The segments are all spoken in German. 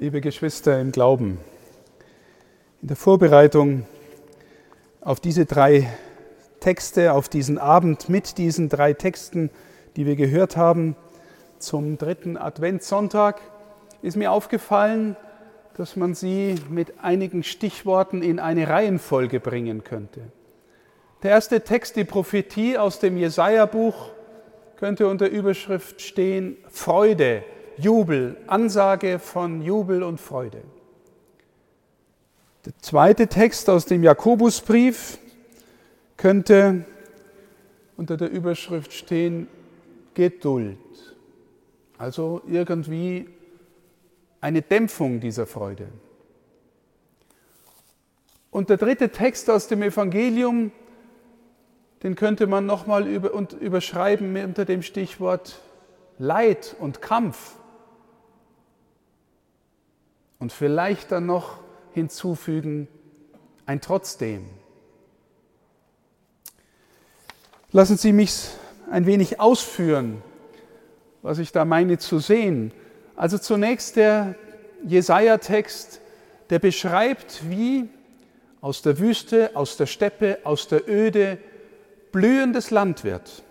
Liebe Geschwister im Glauben, in der Vorbereitung auf diese 3 Texte, auf diesen Abend mit diesen 3 Texten, die wir gehört haben, zum 3. Adventssonntag, ist mir aufgefallen, dass man sie mit einigen Stichworten in eine Reihenfolge bringen könnte. Der erste Text, die Prophetie aus dem Jesaja-Buch, könnte unter Überschrift stehen: Freude, Jubel, Ansage von Jubel und Freude. Der zweite Text aus dem Jakobusbrief könnte unter der Überschrift stehen: Geduld. Also irgendwie eine Dämpfung dieser Freude. Und der dritte Text aus dem Evangelium, den könnte man nochmal überschreiben unter dem Stichwort Leid und Kampf. Und vielleicht dann noch hinzufügen, ein Trotzdem. Lassen Sie mich ein wenig ausführen, was ich da meine zu sehen. Also zunächst der Jesaja-Text, der beschreibt, wie aus der Wüste, aus der Steppe, aus der Öde blühendes Land wird.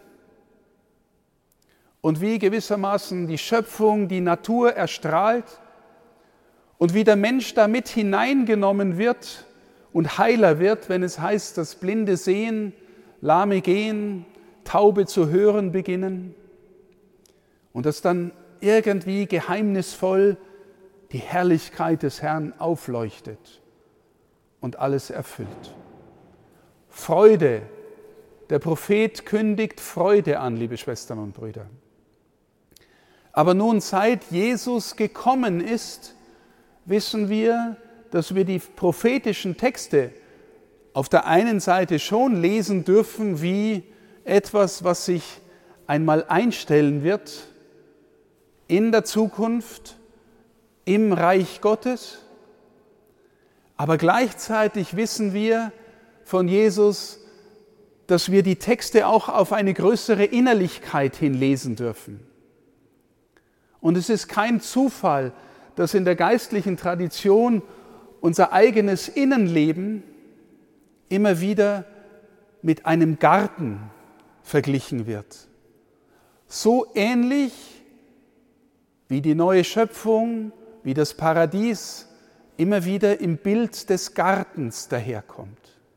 Und wie gewissermaßen die Schöpfung, die Natur erstrahlt und wie der Mensch damit hineingenommen wird und heiler wird, wenn es heißt, dass Blinde sehen, Lahme gehen, Taube zu hören beginnen und dass dann irgendwie geheimnisvoll die Herrlichkeit des Herrn aufleuchtet und alles erfüllt. Freude, der Prophet kündigt Freude an, liebe Schwestern und Brüder. Aber nun, seit Jesus gekommen ist, wissen wir, dass wir die prophetischen Texte auf der einen Seite schon lesen dürfen wie etwas, was sich einmal einstellen wird in der Zukunft, im Reich Gottes. Aber gleichzeitig wissen wir von Jesus, dass wir die Texte auch auf eine größere Innerlichkeit hin lesen dürfen. Und es ist kein Zufall, dass in der geistlichen Tradition unser eigenes Innenleben immer wieder mit einem Garten verglichen wird. So ähnlich wie die neue Schöpfung, wie das Paradies immer wieder im Bild des Gartens daherkommt.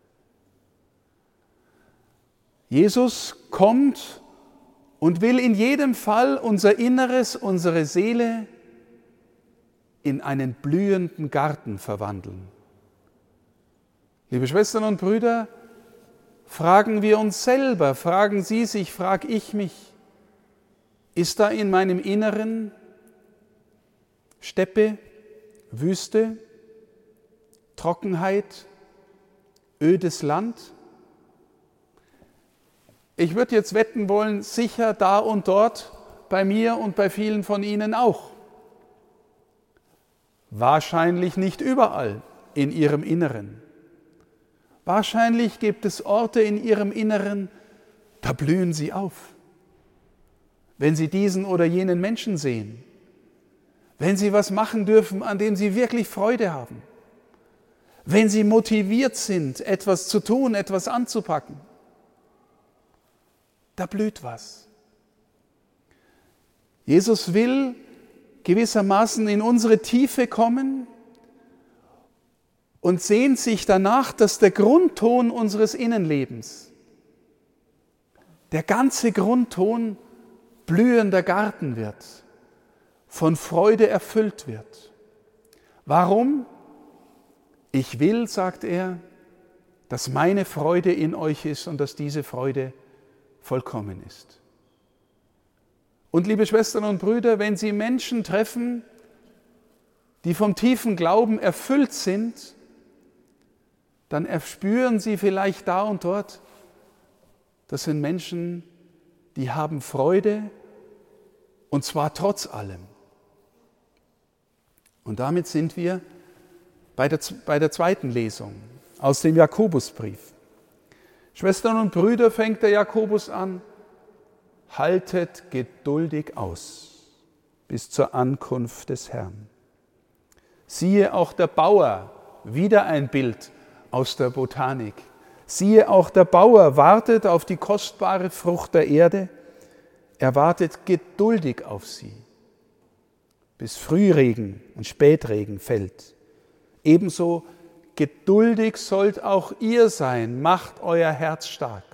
Jesus kommt und will in jedem Fall unser Inneres, unsere Seele in einen blühenden Garten verwandeln. Liebe Schwestern und Brüder, fragen wir uns selber, fragen Sie sich, frage ich mich, ist da in meinem Inneren Steppe, Wüste, Trockenheit, ödes Land? Ich würde jetzt wetten wollen, sicher da und dort, bei mir und bei vielen von Ihnen auch. Wahrscheinlich nicht überall in Ihrem Inneren. Wahrscheinlich gibt es Orte in Ihrem Inneren, da blühen Sie auf. Wenn Sie diesen oder jenen Menschen sehen, wenn Sie was machen dürfen, an dem Sie wirklich Freude haben, wenn Sie motiviert sind, etwas zu tun, etwas anzupacken, da blüht was. Jesus will gewissermaßen in unsere Tiefe kommen und sehnt sich danach, dass der Grundton unseres Innenlebens, der ganze Grundton blühender Garten wird, von Freude erfüllt wird. Warum? Ich will, sagt er, dass meine Freude in euch ist und dass diese Freude vollkommen ist. Und liebe Schwestern und Brüder, wenn Sie Menschen treffen, die vom tiefen Glauben erfüllt sind, dann erspüren Sie vielleicht da und dort, das sind Menschen, die haben Freude, und zwar trotz allem. Und damit sind wir bei der zweiten Lesung aus dem Jakobusbrief. Schwestern und Brüder, fängt der Jakobus an: Haltet geduldig aus bis zur Ankunft des Herrn. Siehe auch der Bauer, wieder ein Bild aus der Botanik. Siehe auch der Bauer wartet auf die kostbare Frucht der Erde, er wartet geduldig auf sie, bis Frühregen und Spätregen fällt. Ebenso geduldig sollt auch ihr sein, macht euer Herz stark.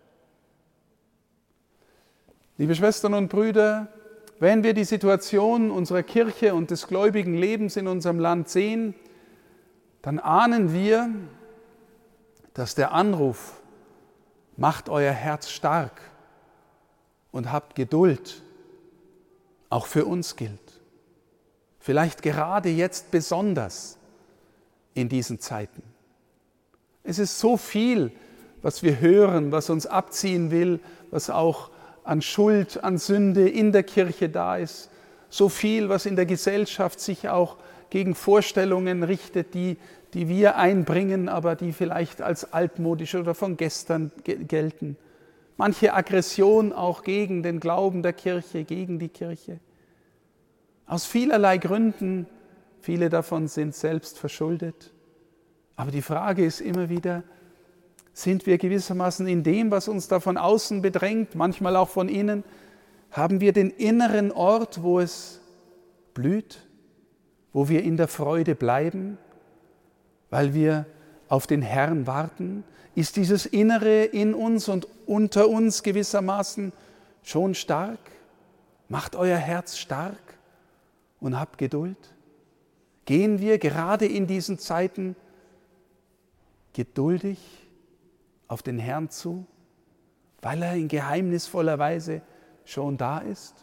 Liebe Schwestern und Brüder, wenn wir die Situation unserer Kirche und des gläubigen Lebens in unserem Land sehen, dann ahnen wir, dass der Anruf, macht euer Herz stark und habt Geduld, auch für uns gilt. Vielleicht gerade jetzt besonders in diesen Zeiten. Es ist so viel, was wir hören, was uns abziehen will, was auch an Schuld, an Sünde in der Kirche da ist. So viel, was in der Gesellschaft sich auch gegen Vorstellungen richtet, die wir einbringen, aber die vielleicht als altmodisch oder von gestern gelten. Manche Aggression auch gegen den Glauben der Kirche, gegen die Kirche. Aus vielerlei Gründen, viele davon sind selbst verschuldet. Aber die Frage ist immer wieder, sind wir gewissermaßen in dem, was uns da von außen bedrängt, manchmal auch von innen, haben wir den inneren Ort, wo es blüht, wo wir in der Freude bleiben, weil wir auf den Herrn warten? Ist dieses Innere in uns und unter uns gewissermaßen schon stark? Macht euer Herz stark und habt Geduld. Gehen wir gerade in diesen Zeiten geduldig auf den Herrn zu, weil er in geheimnisvoller Weise schon da ist?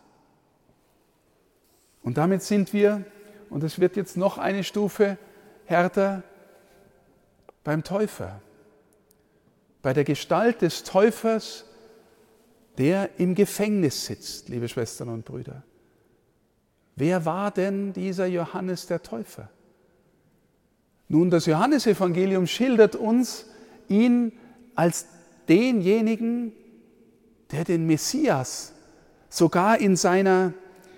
Und damit sind wir, und es wird jetzt noch eine Stufe härter, beim Täufer, bei der Gestalt des Täufers, der im Gefängnis sitzt, liebe Schwestern und Brüder. Wer war denn dieser Johannes der Täufer? Nun, das Johannesevangelium schildert uns ihn als denjenigen, der den Messias sogar in seiner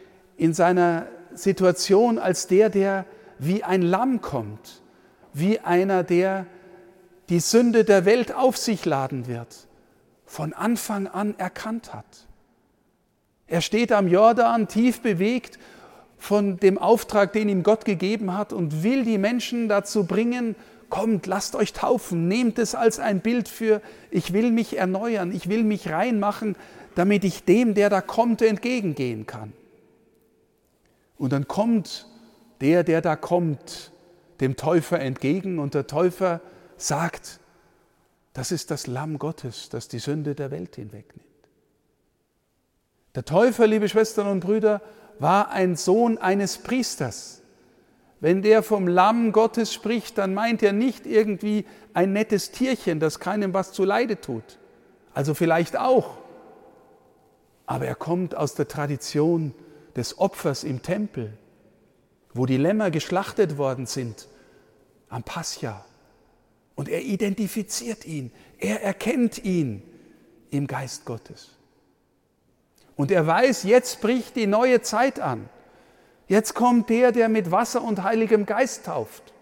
Situation als der wie ein Lamm kommt, wie einer, der die Sünde der Welt auf sich laden wird, von Anfang an erkannt hat. Er steht am Jordan tief bewegt von dem Auftrag, den ihm Gott gegeben hat, und will die Menschen dazu bringen, kommt, lasst euch taufen, nehmt es als ein Bild für, ich will mich erneuern, ich will mich reinmachen, damit ich dem, der da kommt, entgegengehen kann. Und dann kommt der da kommt, dem Täufer entgegen, und der Täufer sagt, das ist das Lamm Gottes, das die Sünde der Welt hinwegnimmt. Der Täufer, liebe Schwestern und Brüder, war ein Sohn eines Priesters. Wenn der vom Lamm Gottes spricht, dann meint er nicht irgendwie ein nettes Tierchen, das keinem was zuleide tut. Also vielleicht auch. Aber er kommt aus der Tradition des Opfers im Tempel, wo die Lämmer geschlachtet worden sind am Pascha. Und er identifiziert ihn, er erkennt ihn im Geist Gottes. Und er weiß, jetzt bricht die neue Zeit an. Jetzt kommt der mit Wasser und Heiligem Geist tauft.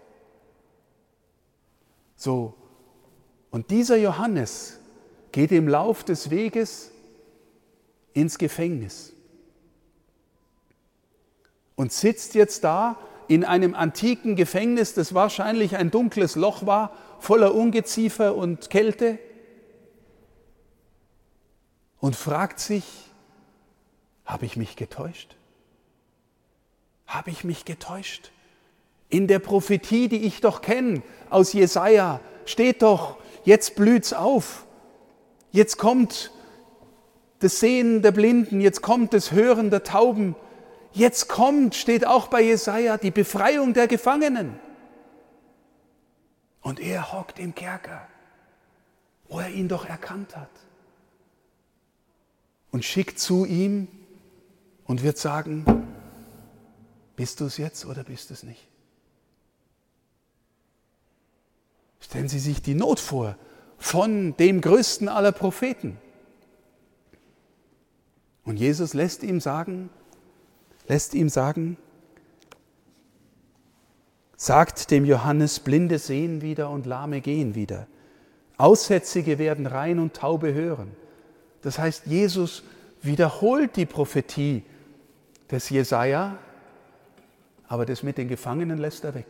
So, und dieser Johannes geht im Lauf des Weges ins Gefängnis und sitzt jetzt da in einem antiken Gefängnis, das wahrscheinlich ein dunkles Loch war, voller Ungeziefer und Kälte, und fragt sich, habe ich mich getäuscht? Habe ich mich getäuscht? In der Prophetie, die ich doch kenne aus Jesaja, steht doch, jetzt blüht's auf. Jetzt kommt das Sehen der Blinden, jetzt kommt das Hören der Tauben. Jetzt kommt, steht auch bei Jesaja, die Befreiung der Gefangenen. Und er hockt im Kerker, wo er ihn doch erkannt hat. Und schickt zu ihm und wird sagen, bist du es jetzt oder bist du es nicht? Stellen Sie sich die Not vor von dem größten aller Propheten. Und Jesus lässt ihm sagen, sagt dem Johannes, Blinde sehen wieder und Lahme gehen wieder. Aussätzige werden rein und Taube hören. Das heißt, Jesus wiederholt die Prophetie des Jesaja, aber das mit den Gefangenen lässt er weg.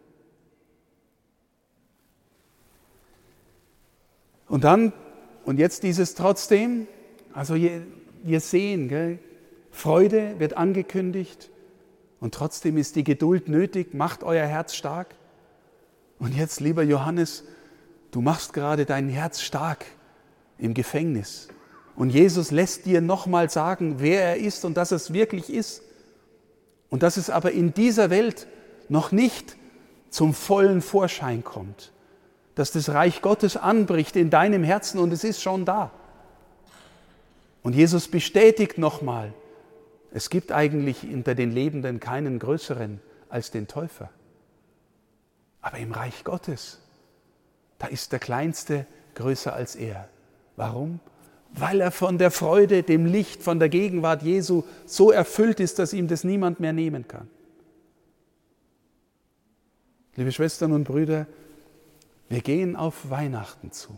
Und dann, und jetzt dieses trotzdem, also wir sehen, gell, Freude wird angekündigt und trotzdem ist die Geduld nötig, macht euer Herz stark. Und jetzt, lieber Johannes, du machst gerade dein Herz stark im Gefängnis. Und Jesus lässt dir nochmal sagen, wer er ist und dass es wirklich ist. Und dass es aber in dieser Welt noch nicht zum vollen Vorschein kommt. Dass das Reich Gottes anbricht in deinem Herzen und es ist schon da. Und Jesus bestätigt nochmal, es gibt eigentlich unter den Lebenden keinen größeren als den Täufer. Aber im Reich Gottes, da ist der Kleinste größer als er. Warum? Weil er von der Freude, dem Licht, von der Gegenwart Jesu so erfüllt ist, dass ihm das niemand mehr nehmen kann. Liebe Schwestern und Brüder, wir gehen auf Weihnachten zu.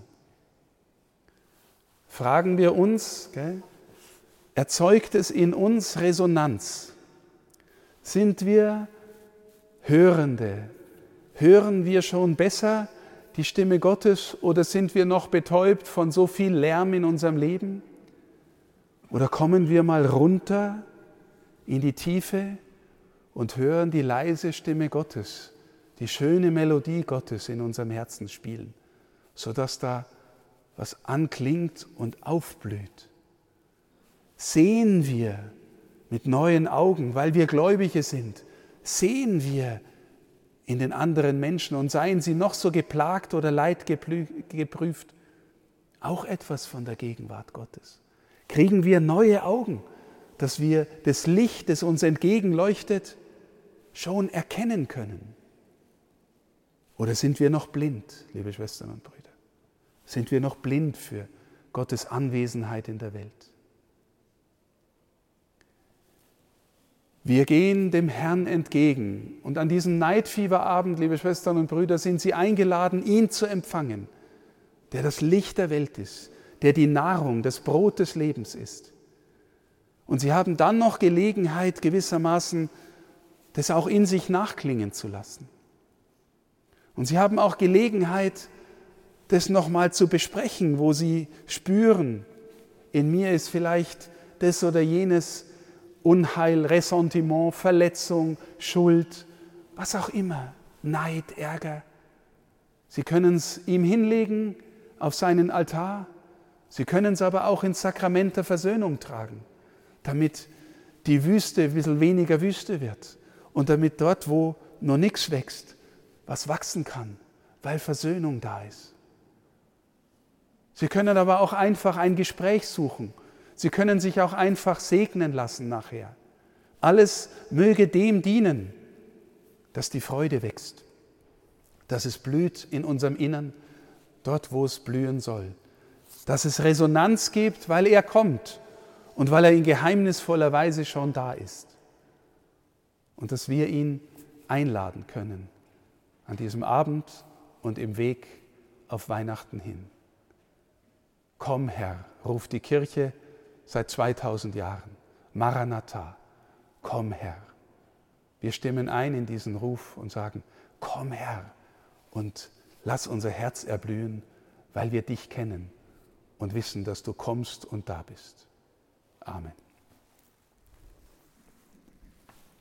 Fragen wir uns, erzeugt es in uns Resonanz? Sind wir Hörende? Hören wir schon besser die Stimme Gottes oder sind wir noch betäubt von so viel Lärm in unserem Leben? Oder kommen wir mal runter in die Tiefe und hören die leise Stimme Gottes, die schöne Melodie Gottes in unserem Herzen spielen, sodass da was anklingt und aufblüht? Sehen wir mit neuen Augen, weil wir Gläubige sind, sehen wir in den anderen Menschen und seien sie noch so geplagt oder leidgeprüft, auch etwas von der Gegenwart Gottes. Kriegen wir neue Augen, dass wir das Licht, das uns entgegenleuchtet, schon erkennen können? Oder sind wir noch blind, liebe Schwestern und Brüder? Sind wir noch blind für Gottes Anwesenheit in der Welt? Wir gehen dem Herrn entgegen und an diesem Night-Fever-Abend, liebe Schwestern und Brüder, sind Sie eingeladen, ihn zu empfangen, der das Licht der Welt ist, der die Nahrung, das Brot des Lebens ist. Und Sie haben dann noch Gelegenheit, gewissermaßen das auch in sich nachklingen zu lassen. Und Sie haben auch Gelegenheit, das nochmal zu besprechen, wo Sie spüren, in mir ist vielleicht das oder jenes Unheil, Ressentiment, Verletzung, Schuld, was auch immer, Neid, Ärger. Sie können es ihm hinlegen auf seinen Altar, Sie können es aber auch ins Sakrament der Versöhnung tragen, damit die Wüste ein bisschen weniger Wüste wird und damit dort, wo noch nichts wächst, was wachsen kann, weil Versöhnung da ist. Sie können aber auch einfach ein Gespräch suchen. Sie können sich auch einfach segnen lassen nachher. Alles möge dem dienen, dass die Freude wächst, dass es blüht in unserem Innern, dort wo es blühen soll. Dass es Resonanz gibt, weil er kommt und weil er in geheimnisvoller Weise schon da ist. Und dass wir ihn einladen können an diesem Abend und im Weg auf Weihnachten hin. Komm, Herr, ruft die Kirche seit 2000 Jahren. Maranatha, komm, Herr. Wir stimmen ein in diesen Ruf und sagen, komm, Herr, und lass unser Herz erblühen, weil wir dich kennen und wissen, dass du kommst und da bist. Amen.